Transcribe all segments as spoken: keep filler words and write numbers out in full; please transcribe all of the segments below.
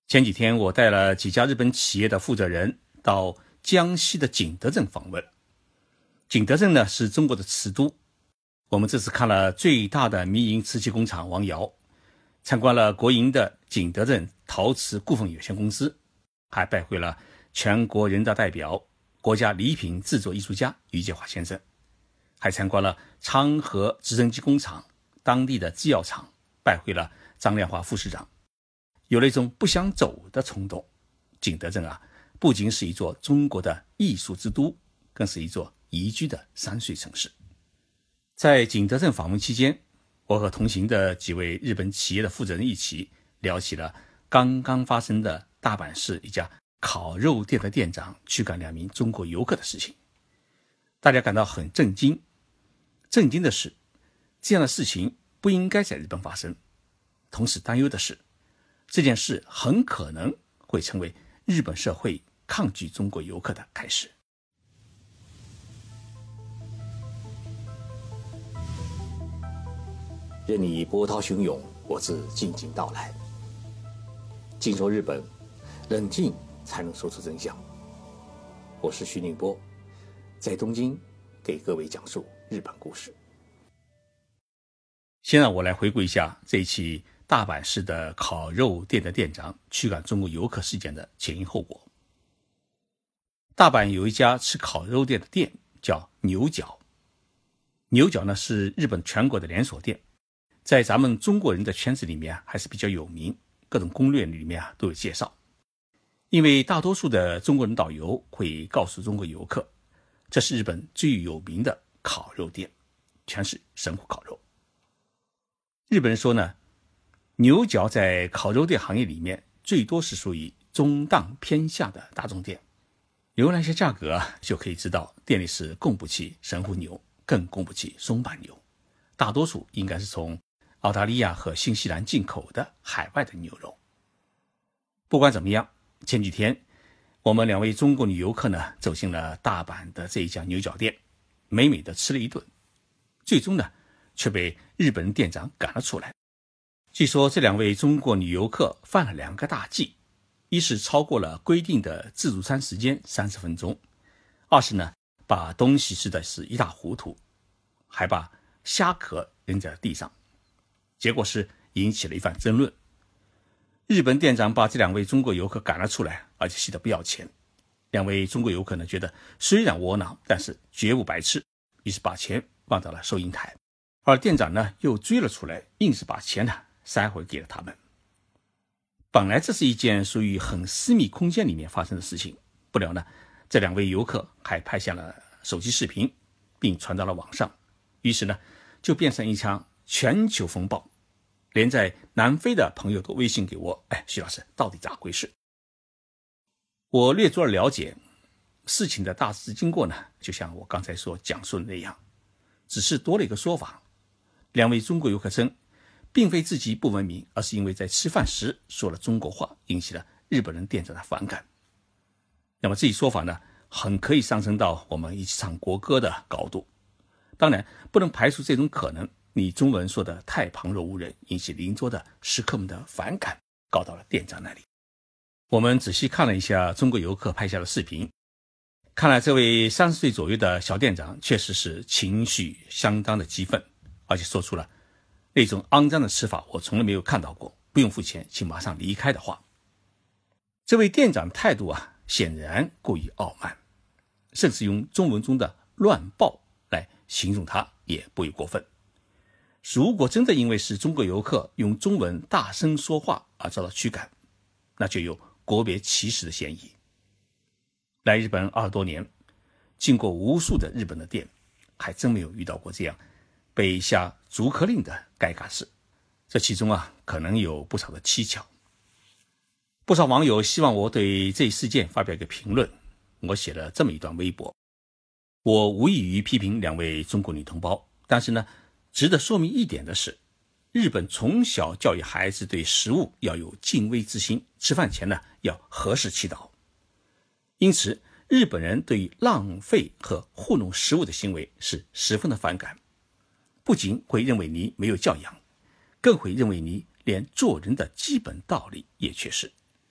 前几天我带了几家日本企业的负责人到江西的景德镇访问。景德镇呢是中国的瓷都，我们这次看了最大的民营瓷器工厂王窑，参观了国营的景德镇陶瓷股份有限公司，还拜会了全国人大代表、国家礼品制作艺术家于建华先生，还参观了昌河直升机工厂、当地的制药厂，拜会了张亮华副市长，有了一种不想走的冲动。景德镇啊，不仅是一座中国的艺术之都，更是一座宜居的山水城市。在景德镇访问期间，我和同行的几位日本企业的负责人一起聊起了刚刚发生的大阪市一家烤肉店的店长驱赶两名中国游客的事情。大家感到很震惊，震惊的是这样的事情不应该在日本发生，同时担忧的是这件事很可能会成为日本社会抗拒中国游客的开始。 任你波涛汹涌，我自静静到来。静说日本，冷静才能说出真相。我是徐宁波，在东京给各位讲述日本故事。 先让我来回顾一下这一起大阪市的烤肉店的店长驱赶中国游客事件的前因后果。大阪有一家吃烤肉店的店叫牛角，牛角呢是日本全国的连锁店，在咱们中国人的圈子里面还是比较有名，各种攻略里面啊都有介绍。因为大多数的中国人导游会告诉中国游客，这是日本最有名的烤肉店，全是神户烤肉。日本人说呢，牛角在烤肉店行业里面最多是属于中档偏下的大众店，由那些价格啊，就可以知道店里是供不起神户牛，更供不起松阪牛，大多数应该是从澳大利亚和新西兰进口的海外的牛肉。不管怎么样，前几天我们两位中国女游客呢走进了大阪的这一家牛角店，美美的吃了一顿，最终呢却被日本店长赶了出来。据说这两位中国女游客犯了两个大忌，一是超过了规定的自助餐时间三十分钟，二是呢把东西吃的是一塌糊涂，还把虾壳扔在地上，结果是引起了一番争论。日本店长把这两位中国游客赶了出来，而且气得不要钱。两位中国游客呢觉得虽然窝囊，但是绝不白吃，于是把钱放到了收银台，而店长呢又追了出来，硬是把钱呢塞回给了他们。本来这是一件属于很私密空间里面发生的事情，不料呢这两位游客还拍下了手机视频并传到了网上，于是呢就变成一场全球风暴，连在南非的朋友都微信给我，哎，徐老师到底咋回事？我略做了了解，事情的大致经过呢就像我刚才所讲述的那样，只是多了一个说法，两位中国游客称并非自己不文明，而是因为在吃饭时说了中国话，引起了日本人店长的反感。那么这一说法呢很可以上升到我们一起唱国歌的高度，当然不能排除这种可能，你中文说的太旁若无人，引起邻桌的食客们的反感，告到了店长那里。我们仔细看了一下中国游客拍下的视频，看来这位三十岁左右的小店长确实是情绪相当的激愤，而且说出了那种肮脏的吃法我从来没有看到过，不用付钱请马上离开的话。这位店长的态度啊显然过于傲慢，甚至用中文中的乱暴来形容他也不为过分。如果真的因为是中国游客用中文大声说话而遭到驱赶，那就有国别歧视的嫌疑。来日本二十多年，进过无数的日本的店，还真没有遇到过这样被下逐客令的尴尬事，这其中啊可能有不少的蹊跷。不少网友希望我对这一事件发表一个评论，我写了这么一段微博。我无异于批评两位中国女同胞，但是呢值得说明一点的是，日本从小教育孩子对食物要有敬畏之心，吃饭前呢要合适祈祷。因此日本人对于浪费和糊弄食物的行为是十分的反感，不仅会认为你没有教养，更会认为你连做人的基本道理也缺失。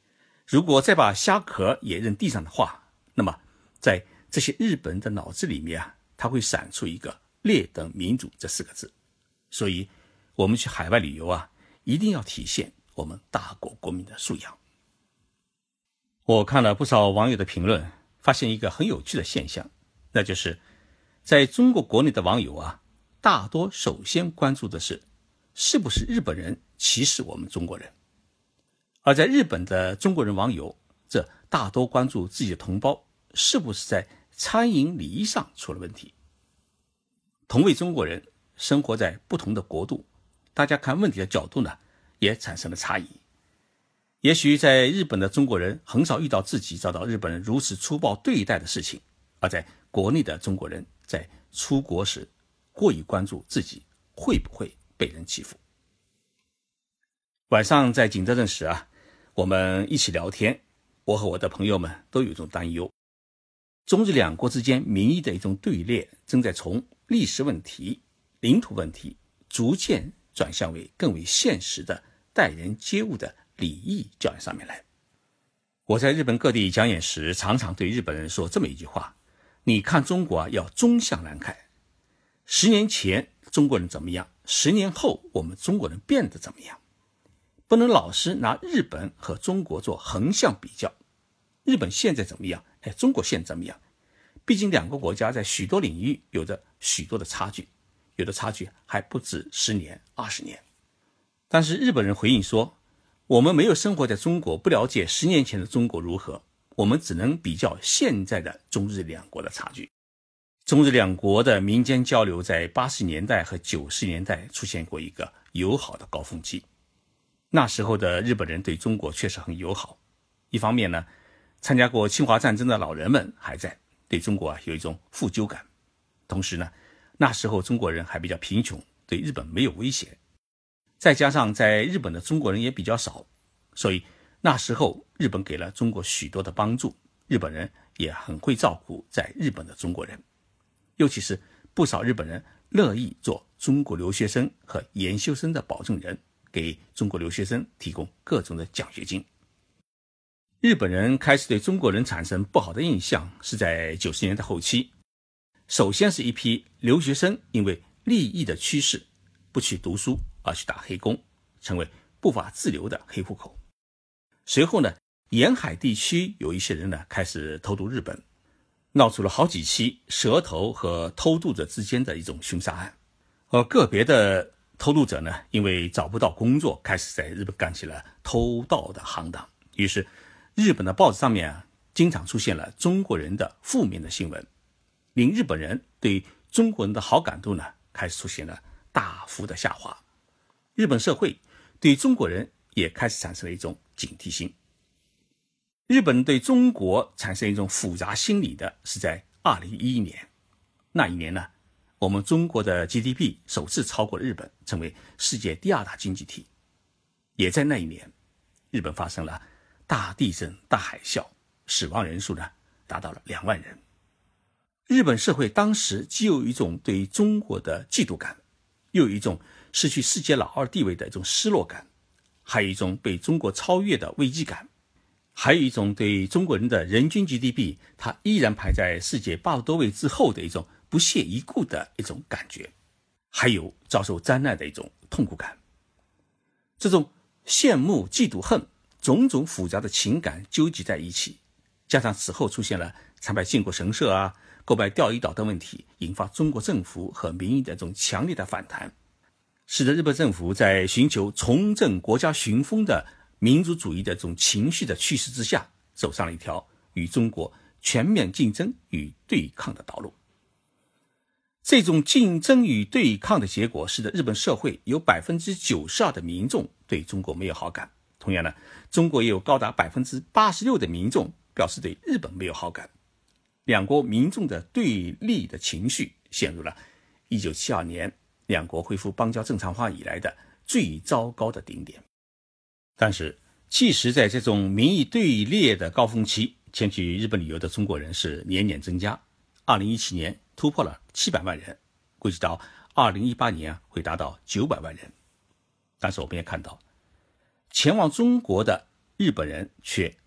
如果再把虾壳也扔地上的话，那么在这些日本人的脑子里面啊，他会闪出一个劣等民主这四个字。所以我们去海外旅游啊，一定要体现我们大国国民的素养。我看了不少网友的评论，发现一个很有趣的现象，那就是在中国国内的网友啊，大多首先关注的是是不是日本人歧视我们中国人，而在日本的中国人网友则大多关注自己的同胞是不是在餐饮礼仪上出了问题。同为中国人，生活在不同的国度，大家看问题的角度呢，也产生了差异。也许在日本的中国人很少遇到自己遭到日本人如此粗暴对待的事情，而在国内的中国人在出国时过于关注自己会不会被人欺负。晚上在景德镇时啊，我们一起聊天，我和我的朋友们都有一种担忧，中日两国之间民意的一种对立正在从历史问题、领土问题逐渐转向为更为现实的待人接物的礼义教育上面来。我在日本各地讲演时，常常对日本人说这么一句话：你看中国啊，要中向来看。十年前中国人怎么样，十年后我们中国人变得怎么样？不能老是拿日本和中国做横向比较。日本现在怎么样？哎，中国现在怎么样？毕竟两个国家在许多领域有着许多的差距，有的差距还不止十年、二十年。但是日本人回应说，我们没有生活在中国，不了解十年前的中国如何，我们只能比较现在的中日两国的差距。中日两国的民间交流在八十年代和九十年代出现过一个友好的高峰期，那时候的日本人对中国确实很友好。一方面呢，参加过侵华战争的老人们还在，对中国啊有一种负疚感。同时呢，那时候中国人还比较贫穷，对日本没有威胁。再加上在日本的中国人也比较少，所以那时候日本给了中国许多的帮助，日本人也很会照顾在日本的中国人。尤其是不少日本人乐意做中国留学生和研修生的保证人，给中国留学生提供各种的奖学金。日本人开始对中国人产生不好的印象是在九十年代后期，首先是一批留学生因为利益的趋势不去读书而去打黑工，成为不法自留的黑户口。随后呢，沿海地区有一些人呢开始偷渡日本，闹出了好几起蛇头和偷渡者之间的一种凶杀案。而个别的偷渡者呢，因为找不到工作，开始在日本干起了偷盗的行当。于是日本的报纸上面啊，经常出现了中国人的负面的新闻，令日本人对中国人的好感度呢开始出现了大幅的下滑。日本社会对中国人也开始产生了一种警惕心。日本对中国产生一种复杂心理的是在二零一一年，那一年呢，我们中国的 G D P 首次超过了日本，成为世界第二大经济体。也在那一年，日本发生了大地震、大海啸，死亡人数呢达到了两万人。日本社会当时既有一种对中国的嫉妒感，又有一种失去世界老二地位的一种失落感，还有一种被中国超越的危机感，还有一种对中国人的人均 G D P 它依然排在世界八十多位之后的一种不屑一顾的一种感觉，还有遭受灾难的一种痛苦感。这种羡慕、嫉妒、恨种种复杂的情感纠集在一起，加上此后出现了参拜靖国神社啊、购买钓鱼岛等问题，引发中国政府和民意的这种强烈的反弹，使得日本政府在寻求重振国家雄风的民族主义的这种情绪的趋势之下，走上了一条与中国全面竞争与对抗的道路。这种竞争与对抗的结果，使得日本社会有 百分之九十二 的民众对中国没有好感。同样呢，中国也有高达 百分之八十六 的民众表示对日本没有好感。两国民众的对立的情绪陷入了一九七二年两国恢复邦交正常化以来的最糟糕的顶点。但是即使在这种民意对立的高峰期，前去日本旅游的中国人是年年增加，二零一七年突破了七百万人，估计到二零一八年会达到九百万人。但是我们也看到，前往中国的日本人却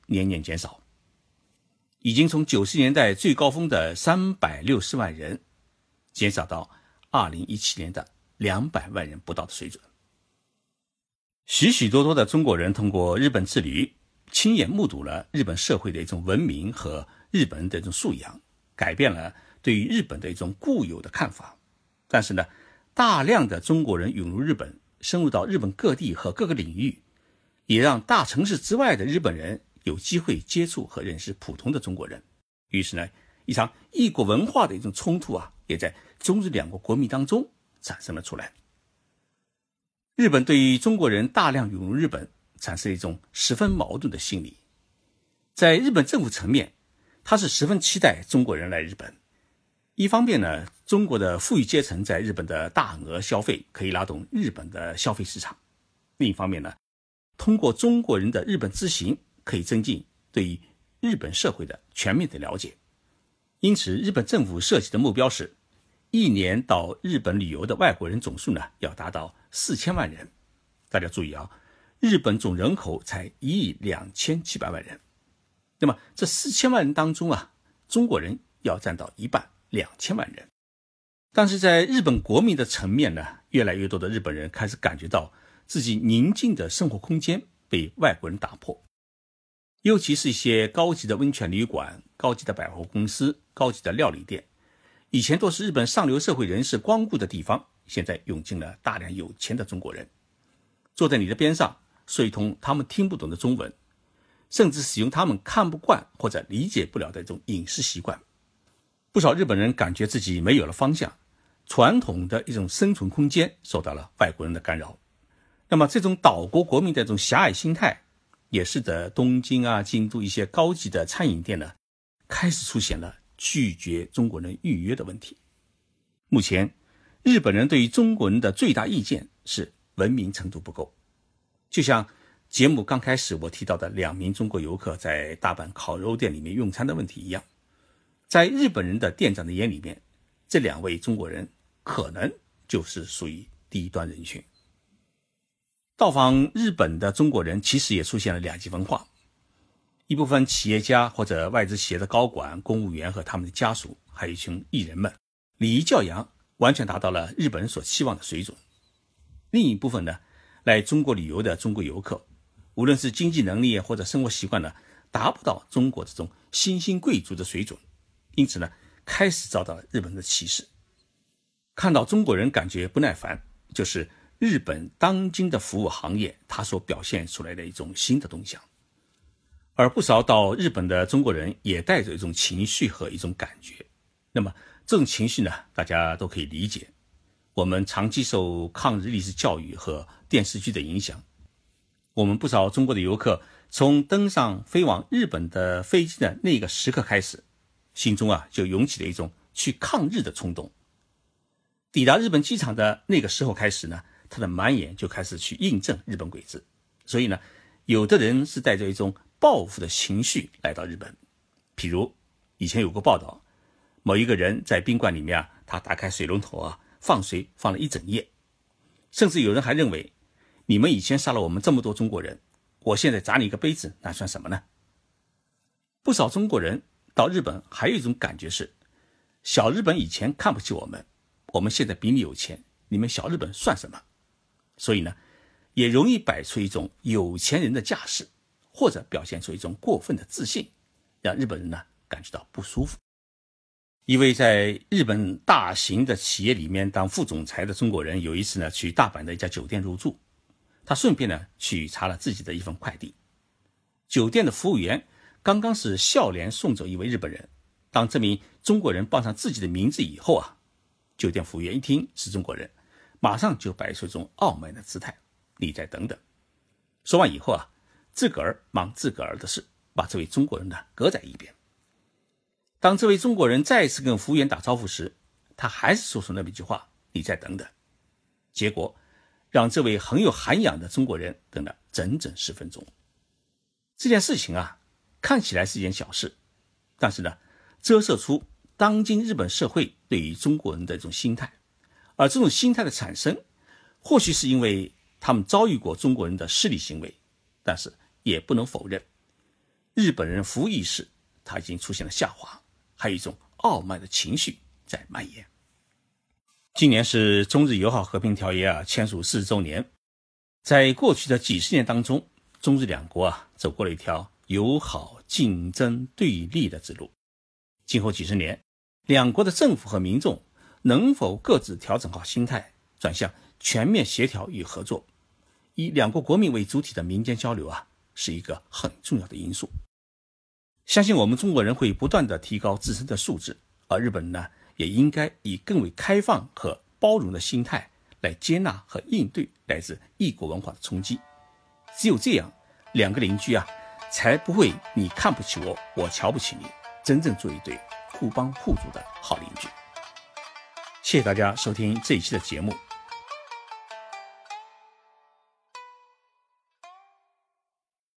年年减少，已经从九十年代最高峰的三百六十万人减少到二零一七年的两百万人不到的水准。许许多多的中国人通过日本之旅，亲眼目睹了日本社会的一种文明和日本人的一种素养，改变了对于日本的一种固有的看法。但是呢，大量的中国人涌入日本，深入到日本各地和各个领域，也让大城市之外的日本人有机会接触和认识普通的中国人。于是呢，一场异国文化的一种冲突啊，也在中日两国国民当中产生了出来。日本对于中国人大量涌入日本产生一种十分矛盾的心理。在日本政府层面，他是十分期待中国人来日本。一方面呢，中国的富裕阶层在日本的大额消费可以拉动日本的消费市场。另一方面呢，通过中国人的日本之行可以增进对于日本社会的全面的了解。因此日本政府设计的目标是一年到日本旅游的外国人总数呢，要达到四千万人。大家注意啊，日本总人口才一亿两千七百万人。那么这四千万人当中啊，中国人要占到一半，两千万人。但是在日本国民的层面呢，越来越多的日本人开始感觉到自己宁静的生活空间被外国人打破。尤其是一些高级的温泉旅馆、高级的百货公司、高级的料理店，以前都是日本上流社会人士光顾的地方，现在涌进了大量有钱的中国人，坐在你的边上，说一通他们听不懂的中文，甚至使用他们看不惯或者理解不了的一种饮食习惯。不少日本人感觉自己没有了方向，传统的一种生存空间受到了外国人的干扰。那么这种岛国国民的这种狭隘心态，也使得东京啊、京都一些高级的餐饮店呢，开始出现了拒绝中国人预约的问题。目前日本人对于中国人的最大意见是文明程度不够。就像节目刚开始我提到的两名中国游客在大阪烤肉店里面用餐的问题一样，在日本人的店长的眼里面，这两位中国人可能就是属于低端人群。到访日本的中国人其实也出现了两极分化，一部分企业家或者外资企业的高管、公务员和他们的家属，还有一群艺人们，礼仪教养完全达到了日本人所期望的水准。另一部分呢，来中国旅游的中国游客，无论是经济能力或者生活习惯呢，达不到中国这种新兴贵族的水准，因此呢，开始遭到了日本人的歧视。看到中国人感觉不耐烦，就是日本当今的服务行业它所表现出来的一种新的动向。而不少到日本的中国人也带着一种情绪和一种感觉。那么这种情绪呢，大家都可以理解。我们长期受抗日历史教育和电视剧的影响，我们不少中国的游客从登上飞往日本的飞机的那个时刻开始，心中啊就涌起了一种去抗日的冲动。抵达日本机场的那个时候开始呢，他的满眼就开始去印证日本轨迹。所以呢，有的人是带着一种报复的情绪来到日本。譬如以前有过报道，某一个人在宾馆里面啊，他打开水龙头啊，放水放了一整夜。甚至有人还认为，你们以前杀了我们这么多中国人，我现在砸你一个杯子，那算什么呢？不少中国人到日本还有一种感觉是，小日本以前看不起我们，我们现在比你有钱，你们小日本算什么？所以呢，也容易摆出一种有钱人的架势，或者表现出一种过分的自信，让日本人呢感觉到不舒服。一位在日本大型的企业里面当副总裁的中国人，有一次呢去大阪的一家酒店入住，他顺便呢去查了自己的一份快递。酒店的服务员刚刚是笑脸送走一位日本人，当这名中国人报上自己的名字以后啊，酒店服务员一听是中国人，马上就摆出一种傲慢的姿态，你再等等。说完以后啊，自个儿忙自个儿的事，把这位中国人呢搁在一边。当这位中国人再次跟服务员打招呼时，他还是说出那么一句话，你再等等。结果让这位很有涵养的中国人等了整整十分钟。这件事情啊，看起来是一件小事，但是呢，折射出当今日本社会对于中国人的一种心态。而这种心态的产生，或许是因为他们遭遇过中国人的失礼行为，但是也不能否认， 日本人服务意识它已经出现了下滑，还有一种傲慢的情绪在蔓延。今年是中日友好和平条约啊签署四十周年，在过去的几十年当中，中日两国啊走过了一条友好、竞争、对立的之路。今后几十年，两国的政府和民众能否各自调整好心态，转向全面协调与合作，以两国国民为主体的民间交流啊，是一个很重要的因素。相信我们中国人会不断地提高自身的素质，而日本呢，也应该以更为开放和包容的心态来接纳和应对来自异国文化的冲击。只有这样，两个邻居啊，才不会你看不起我，我瞧不起你，真正做一对互帮互助的好邻居。谢谢大家收听这一期的节目，